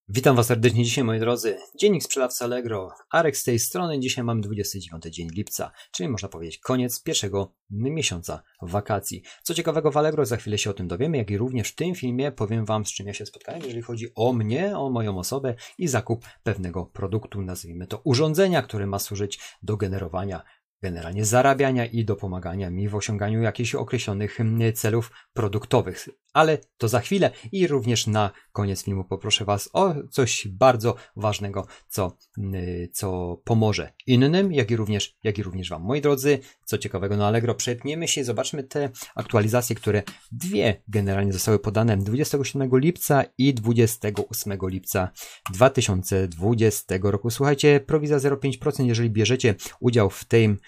Witam Was serdecznie dzisiaj, moi drodzy. Dziennik Sprzedawca Allegro. Arek z tej strony. Dzisiaj mamy 29 dzień lipca, czyli można powiedzieć koniec pierwszego miesiąca wakacji. Co ciekawego w Allegro, za chwilę się o tym dowiemy, jak i również w tym filmie powiem Wam, z czym ja się spotkałem, jeżeli chodzi o mnie, o moją osobę i zakup pewnego produktu, nazwijmy to urządzenia, które ma służyć do generowania, generalnie zarabiania i do pomagania mi w osiąganiu jakichś określonych celów produktowych. Ale to za chwilę i również na koniec filmu poproszę Was o coś bardzo ważnego, co pomoże innym, jak i również Wam. Moi drodzy, co ciekawego na Allegro, przepniemy się i zobaczmy te aktualizacje, które dwie generalnie zostały podane 27 lipca i 28 lipca 2020 roku. Słuchajcie, prowizja 0,5%, jeżeli bierzecie udział w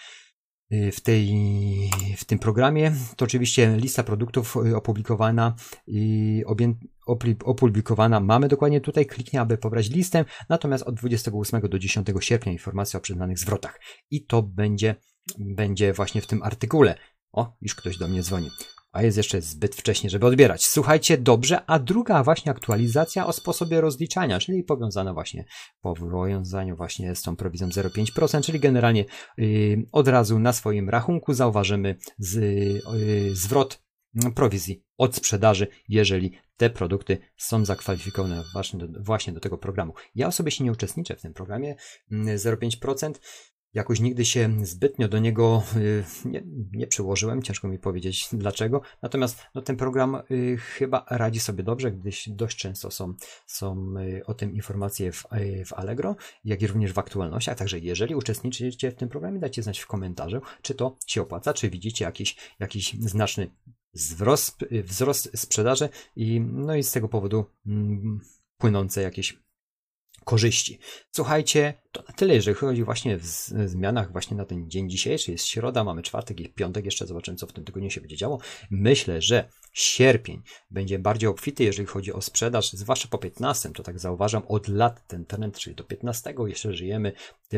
tym programie, to oczywiście lista produktów opublikowana mamy dokładnie tutaj, kliknij, aby pobrać listę, natomiast od 28 do 10 sierpnia informacja o przyznanych zwrotach i to będzie właśnie w tym artykule. O, już ktoś do mnie dzwoni. A jest jeszcze zbyt wcześnie, żeby odbierać. Słuchajcie, dobrze, a druga właśnie aktualizacja o sposobie rozliczania, czyli powiązana właśnie z tą prowizją 0,5%, czyli generalnie od razu na swoim rachunku zauważymy zwrot prowizji od sprzedaży, jeżeli te produkty są zakwalifikowane właśnie do tego programu. Ja osobiście nie uczestniczę w tym programie 0,5%. Jakoś nigdy się zbytnio do niego nie przyłożyłem, ciężko mi powiedzieć dlaczego. Natomiast ten program chyba radzi sobie dobrze, gdyż dość często są o tym informacje w Allegro, jak i również w aktualnościach. Także jeżeli uczestniczycie w tym programie, dajcie znać w komentarzu, czy to się opłaca, czy widzicie jakiś znaczny wzrost sprzedaży i z tego powodu płynące jakieś korzyści. Słuchajcie, to na tyle, jeżeli chodzi właśnie w zmianach właśnie na ten dzień dzisiejszy. Jest środa, mamy czwartek i piątek, jeszcze zobaczymy, co w tym tygodniu się będzie działo. Myślę, że sierpień będzie bardziej obfity, jeżeli chodzi o sprzedaż, zwłaszcza po 15, to tak zauważam od lat ten trend, czyli do 15 jeszcze żyjemy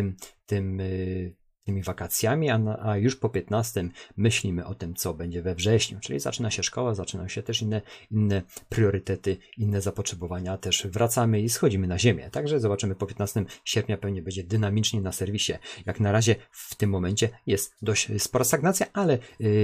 tymi wakacjami, a już po 15 myślimy o tym, co będzie we wrześniu, czyli zaczyna się szkoła, zaczynają się też inne priorytety, inne zapotrzebowania, też wracamy i schodzimy na ziemię. Także zobaczymy po 15 sierpnia pewnie będzie dynamicznie na serwisie. Jak na razie w tym momencie jest dość spora stagnacja, ale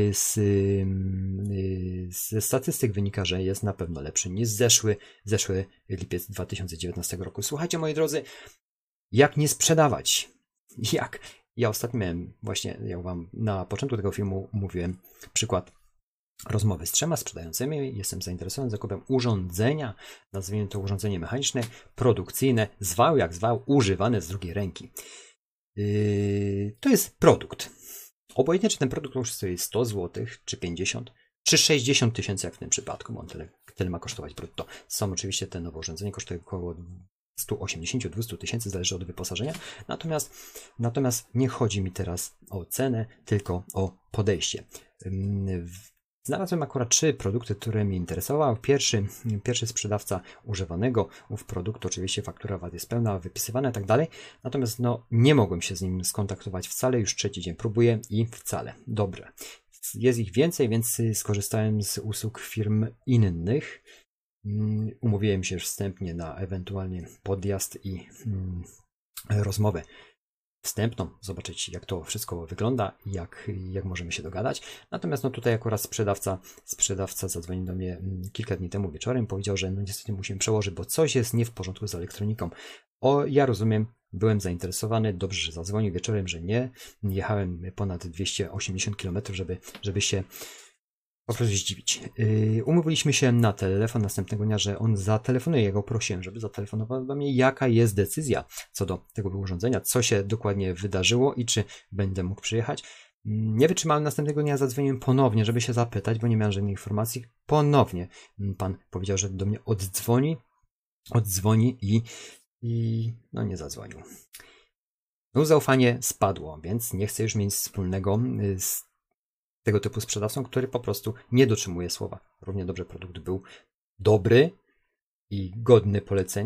ze statystyk wynika, że jest na pewno lepszy niż zeszły lipiec 2019 roku. Słuchajcie, moi drodzy, jak nie sprzedawać? Ja ostatnio miałem właśnie, jak Wam na początku tego filmu mówiłem, przykład rozmowy z 3 sprzedającymi. Jestem zainteresowany zakupem urządzenia, nazwijmy to urządzenie mechaniczne, produkcyjne, zwał jak zwał, używane z drugiej ręki. To jest produkt. Obojętnie, czy ten produkt kosztuje 100 zł, czy 50, czy 60 tysięcy, jak w tym przypadku, bo on tyle ma kosztować brutto. Są oczywiście te nowe urządzenie, kosztuje około 180-200 tysięcy, zależy od wyposażenia. Natomiast nie chodzi mi teraz o cenę, tylko o podejście. Znalazłem akurat 3 produkty, które mnie interesowały. Pierwszy sprzedawca używanego ów produkt, oczywiście faktura VAT jest pełna, wypisywana i tak dalej. Natomiast nie mogłem się z nim skontaktować wcale, już 3 dzień próbuję i wcale. Dobre. Jest ich więcej, więc skorzystałem z usług firm innych. Umówiłem się wstępnie na ewentualnie podjazd i rozmowę wstępną, zobaczyć, jak to wszystko wygląda i jak możemy się dogadać. Natomiast tutaj akurat sprzedawca zadzwonił do mnie kilka dni temu wieczorem, powiedział, że niestety musimy przełożyć, bo coś jest nie w porządku z elektroniką. Ja rozumiem, byłem zainteresowany, dobrze, że zadzwonił wieczorem, że nie. Jechałem ponad 280 km, żeby się po prostu zdziwić. Umówiliśmy się na telefon następnego dnia, że on zatelefonuje. Ja go prosiłem, żeby zatelefonował do mnie, jaka jest decyzja co do tego urządzenia, co się dokładnie wydarzyło i czy będę mógł przyjechać. Nie wytrzymałem, następnego dnia zadzwoniłem ponownie, żeby się zapytać, bo nie miałem żadnej informacji. Ponownie pan powiedział, że do mnie oddzwoni i nie zadzwonił. Zaufanie spadło, więc nie chcę już mieć wspólnego z tego typu sprzedawcą, który po prostu nie dotrzymuje słowa. Równie dobrze produkt był dobry i godny polecenia,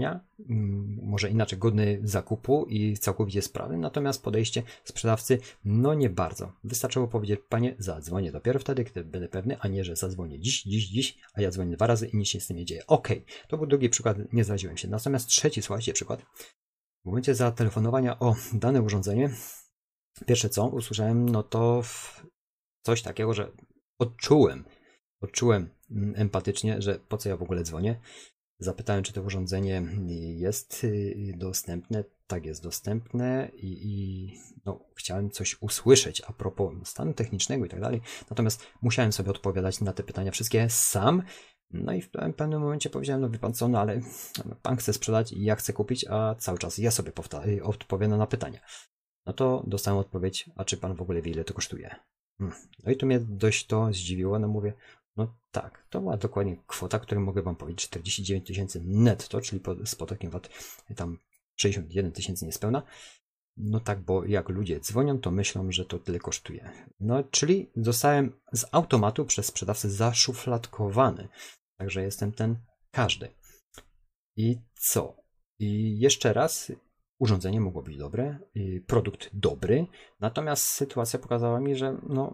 może inaczej, godny zakupu i całkowicie sprawny, natomiast podejście sprzedawcy, no nie bardzo. Wystarczyło powiedzieć, panie, zadzwonię dopiero wtedy, kiedy będę pewny, a nie, że zadzwonię dziś, a ja dzwonię 2 razy i nic się z tym nie dzieje. Okej, to był drugi przykład, nie zraziłem się. Natomiast trzeci, słuchajcie, przykład. W momencie zatelefonowania o dane urządzenie, pierwsze co usłyszałem, no to coś takiego, że odczułem empatycznie, że po co ja w ogóle dzwonię. Zapytałem, czy to urządzenie jest dostępne. Tak, jest dostępne i no, chciałem coś usłyszeć a propos stanu technicznego i tak dalej. Natomiast musiałem sobie odpowiadać na te pytania wszystkie sam. No i w pewnym momencie powiedziałem, no wie pan co, no ale pan chce sprzedać i ja chcę kupić, a cały czas ja sobie odpowiadam na pytania. No to dostałem odpowiedź, a czy pan w ogóle wie, ile to kosztuje? No i tu mnie dość to zdziwiło, no mówię, no tak, to była dokładnie kwota, którą mogę wam powiedzieć, 49 000 netto, czyli z podatkiem VAT tam 61 000 niespełna. No tak, bo jak ludzie dzwonią, to myślą, że to tyle kosztuje. No, czyli zostałem z automatu przez sprzedawcę zaszufladkowany. Także jestem ten każdy. I co? I jeszcze raz, urządzenie mogło być dobre, produkt dobry, natomiast sytuacja pokazała mi, że no,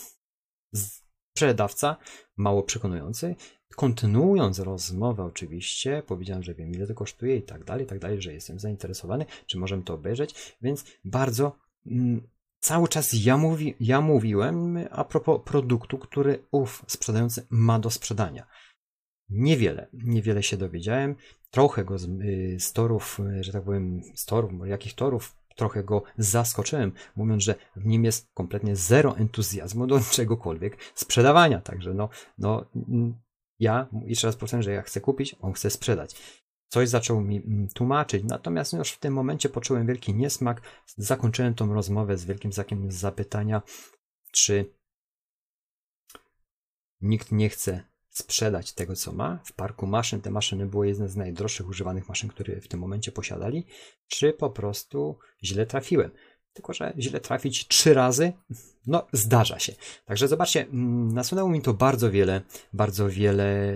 sprzedawca mało przekonujący. Kontynuując rozmowę oczywiście, powiedziałem, że wiem ile to kosztuje i tak dalej, że jestem zainteresowany, czy możemy to obejrzeć, więc bardzo cały czas ja mówiłem a propos produktu, który sprzedający ma do sprzedania. Niewiele się dowiedziałem, trochę go z torów, że tak powiem, jakich torów, trochę go zaskoczyłem, mówiąc, że w nim jest kompletnie zero entuzjazmu do czegokolwiek sprzedawania, także ja jeszcze raz powiem, że ja chcę kupić, on chce sprzedać. Coś zaczął mi tłumaczyć, natomiast już w tym momencie poczułem wielki niesmak, zakończyłem tą rozmowę z wielkim znakiem zapytania, czy nikt nie chce sprzedać tego, co ma w parku maszyn. Te maszyny były jedne z najdroższych używanych maszyn, które w tym momencie posiadali, czy po prostu źle trafiłem. Tylko że źle trafić 3 razy, no zdarza się. Także zobaczcie, nasunęło mi to bardzo wiele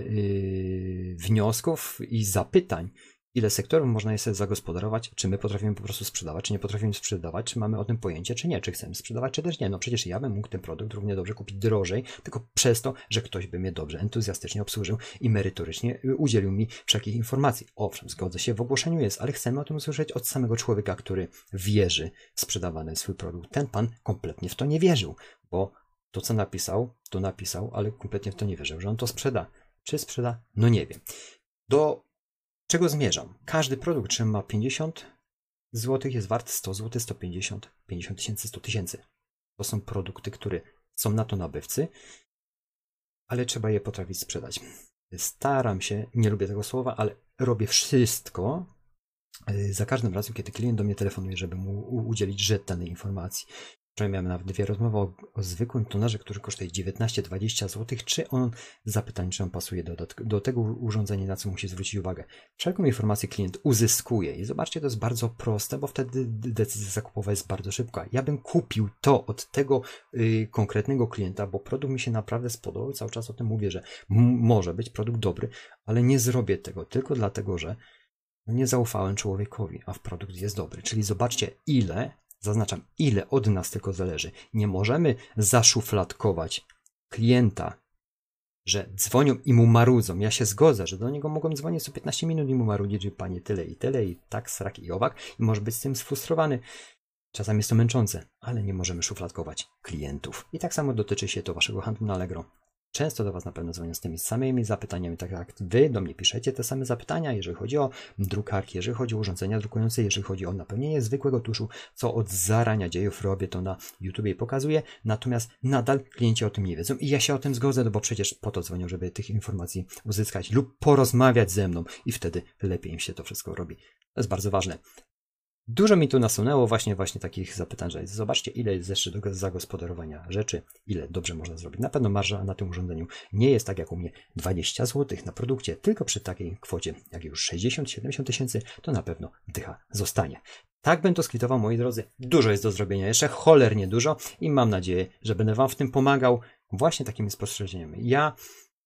wniosków i zapytań. Ile sektorów można je sobie zagospodarować, czy my potrafimy po prostu sprzedawać, czy nie potrafimy sprzedawać, czy mamy o tym pojęcie, czy nie, czy chcemy sprzedawać, czy też nie. No przecież ja bym mógł ten produkt równie dobrze kupić drożej, tylko przez to, że ktoś by mnie dobrze, entuzjastycznie obsłużył i merytorycznie udzielił mi wszelkich informacji. Owszem, zgodzę się, w ogłoszeniu jest, ale chcemy o tym usłyszeć od samego człowieka, który wierzy w sprzedawany swój produkt. Ten pan kompletnie w to nie wierzył, bo to, co napisał, to napisał, ale kompletnie w to nie wierzył, że on to sprzeda. Czy sprzeda? No nie wiem. Do czego zmierzam? Każdy produkt, czy ma 50 zł, jest wart 100 zł, 150, 50 000, 100 000. To są produkty, które są na to nabywcy, ale trzeba je potrafić sprzedać. Staram się, nie lubię tego słowa, ale robię wszystko za każdym razem, kiedy klient do mnie telefonuje, żeby mu udzielić rzetelnej informacji. Wczoraj miałem nawet 2 rozmowy o zwykłym tonerze, który kosztuje 19-20 zł, czy on zapytań, czy on pasuje do tego urządzenia, na co musi zwrócić uwagę. Wszelką informację klient uzyskuje i zobaczcie, to jest bardzo proste, bo wtedy decyzja zakupowa jest bardzo szybka. Ja bym kupił to od tego konkretnego klienta, bo produkt mi się naprawdę spodobał, cały czas o tym mówię, że może być produkt dobry, ale nie zrobię tego tylko dlatego, że nie zaufałem człowiekowi, a produkt jest dobry. Czyli zobaczcie, zaznaczam, ile od nas tylko zależy. Nie możemy zaszufladkować klienta, że dzwonią i mu marudzą. Ja się zgodzę, że do niego mogą dzwonić co 15 minut i mu marudzić, że panie tyle i tak, srak i owak i może być z tym sfrustrowany. Czasami jest to męczące, ale nie możemy szufladkować klientów. I tak samo dotyczy się to waszego handlu na Allegro. Często do was na pewno dzwonią z tymi samymi zapytaniami, tak jak wy do mnie piszecie te same zapytania, jeżeli chodzi o drukarki, jeżeli chodzi o urządzenia drukujące, jeżeli chodzi o napełnienie zwykłego tuszu, co od zarania dziejów robię to na YouTubie i pokazuję, natomiast nadal klienci o tym nie wiedzą i ja się o tym zgodzę, no bo przecież po to dzwonią, żeby tych informacji uzyskać lub porozmawiać ze mną i wtedy lepiej im się to wszystko robi. To jest bardzo ważne. Dużo mi tu nasunęło właśnie takich zapytań, że zobaczcie, ile jest jeszcze do zagospodarowania rzeczy, ile dobrze można zrobić. Na pewno marża na tym urządzeniu nie jest tak jak u mnie 20 zł na produkcie, tylko przy takiej kwocie jak już 60-70 tysięcy, to na pewno dycha zostanie. Tak bym to skwitował, moi drodzy. Dużo jest do zrobienia, jeszcze cholernie dużo i mam nadzieję, że będę wam w tym pomagał właśnie takimi spostrzeżeniami. Ja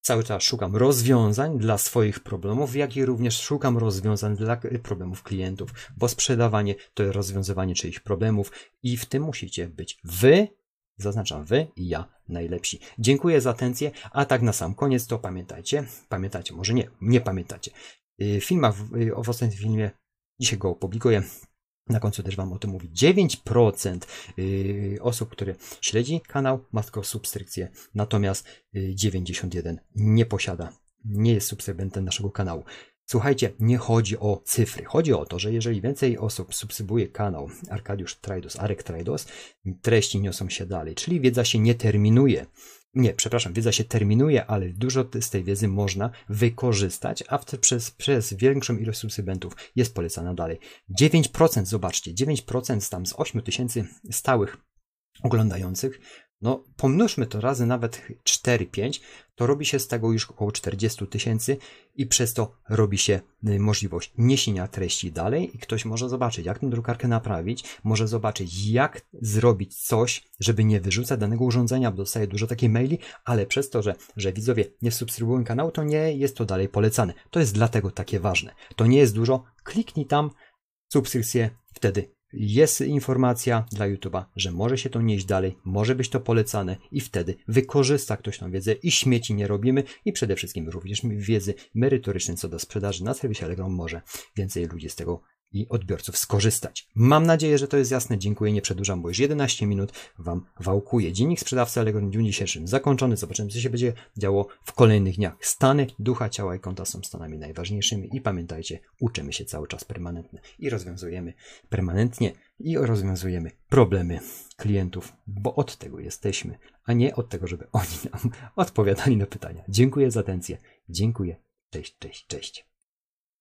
Cały czas szukam rozwiązań dla swoich problemów, jak i również szukam rozwiązań dla problemów klientów, bo sprzedawanie to jest rozwiązywanie czyichś problemów i w tym musicie być wy, zaznaczam wy i ja najlepsi. Dziękuję za atencję, a tak na sam koniec to pamiętajcie, może nie pamiętacie. W filmach, w ostatnim filmie, dzisiaj go opublikuję, na końcu też Wam o tym mówię. 9% osób, które śledzi kanał, ma tylko subskrypcję, natomiast 91% nie posiada, nie jest subskrybentem naszego kanału. Słuchajcie, nie chodzi o cyfry. Chodzi o to, że jeżeli więcej osób subskrybuje kanał Arkadiusz Trajdos, Arek Trajdos, treści niosą się dalej, czyli wiedza się nie terminuje. Nie, przepraszam, wiedza się terminuje, ale dużo z tej wiedzy można wykorzystać, a przez większą ilość subskrybentów jest polecana dalej. 9%, zobaczcie, 9% tam z 8 000 stałych oglądających, no pomnóżmy to razy nawet 4-5, to robi się z tego już około 40 000 i przez to robi się możliwość niesienia treści dalej i ktoś może zobaczyć, jak tę drukarkę naprawić, może zobaczyć, jak zrobić coś, żeby nie wyrzucać danego urządzenia, bo dostaje dużo takich maili, ale przez to, że widzowie nie subskrybują kanału, to nie jest to dalej polecane. To jest dlatego takie ważne. To nie jest dużo, kliknij tam subskrypcję, wtedy jest informacja dla YouTube'a, że może się to nieść dalej, może być to polecane i wtedy wykorzysta ktoś tą wiedzę i śmieci nie robimy i przede wszystkim również wiedzy merytorycznej co do sprzedaży na serwisie Allegro może więcej ludzi z tego i odbiorców skorzystać. Mam nadzieję, że to jest jasne. Dziękuję, nie przedłużam, bo już 11 minut Wam wałkuję. Dziennik sprzedawcy Allegro w dniu dzisiejszym zakończony. Zobaczymy, co się będzie działo w kolejnych dniach. Stany ducha, ciała i konta są stanami najważniejszymi i pamiętajcie, uczymy się cały czas permanentnie i rozwiązujemy problemy klientów, bo od tego jesteśmy, a nie od tego, żeby oni nam odpowiadali na pytania. Dziękuję za atencję. Dziękuję. Cześć, cześć, cześć.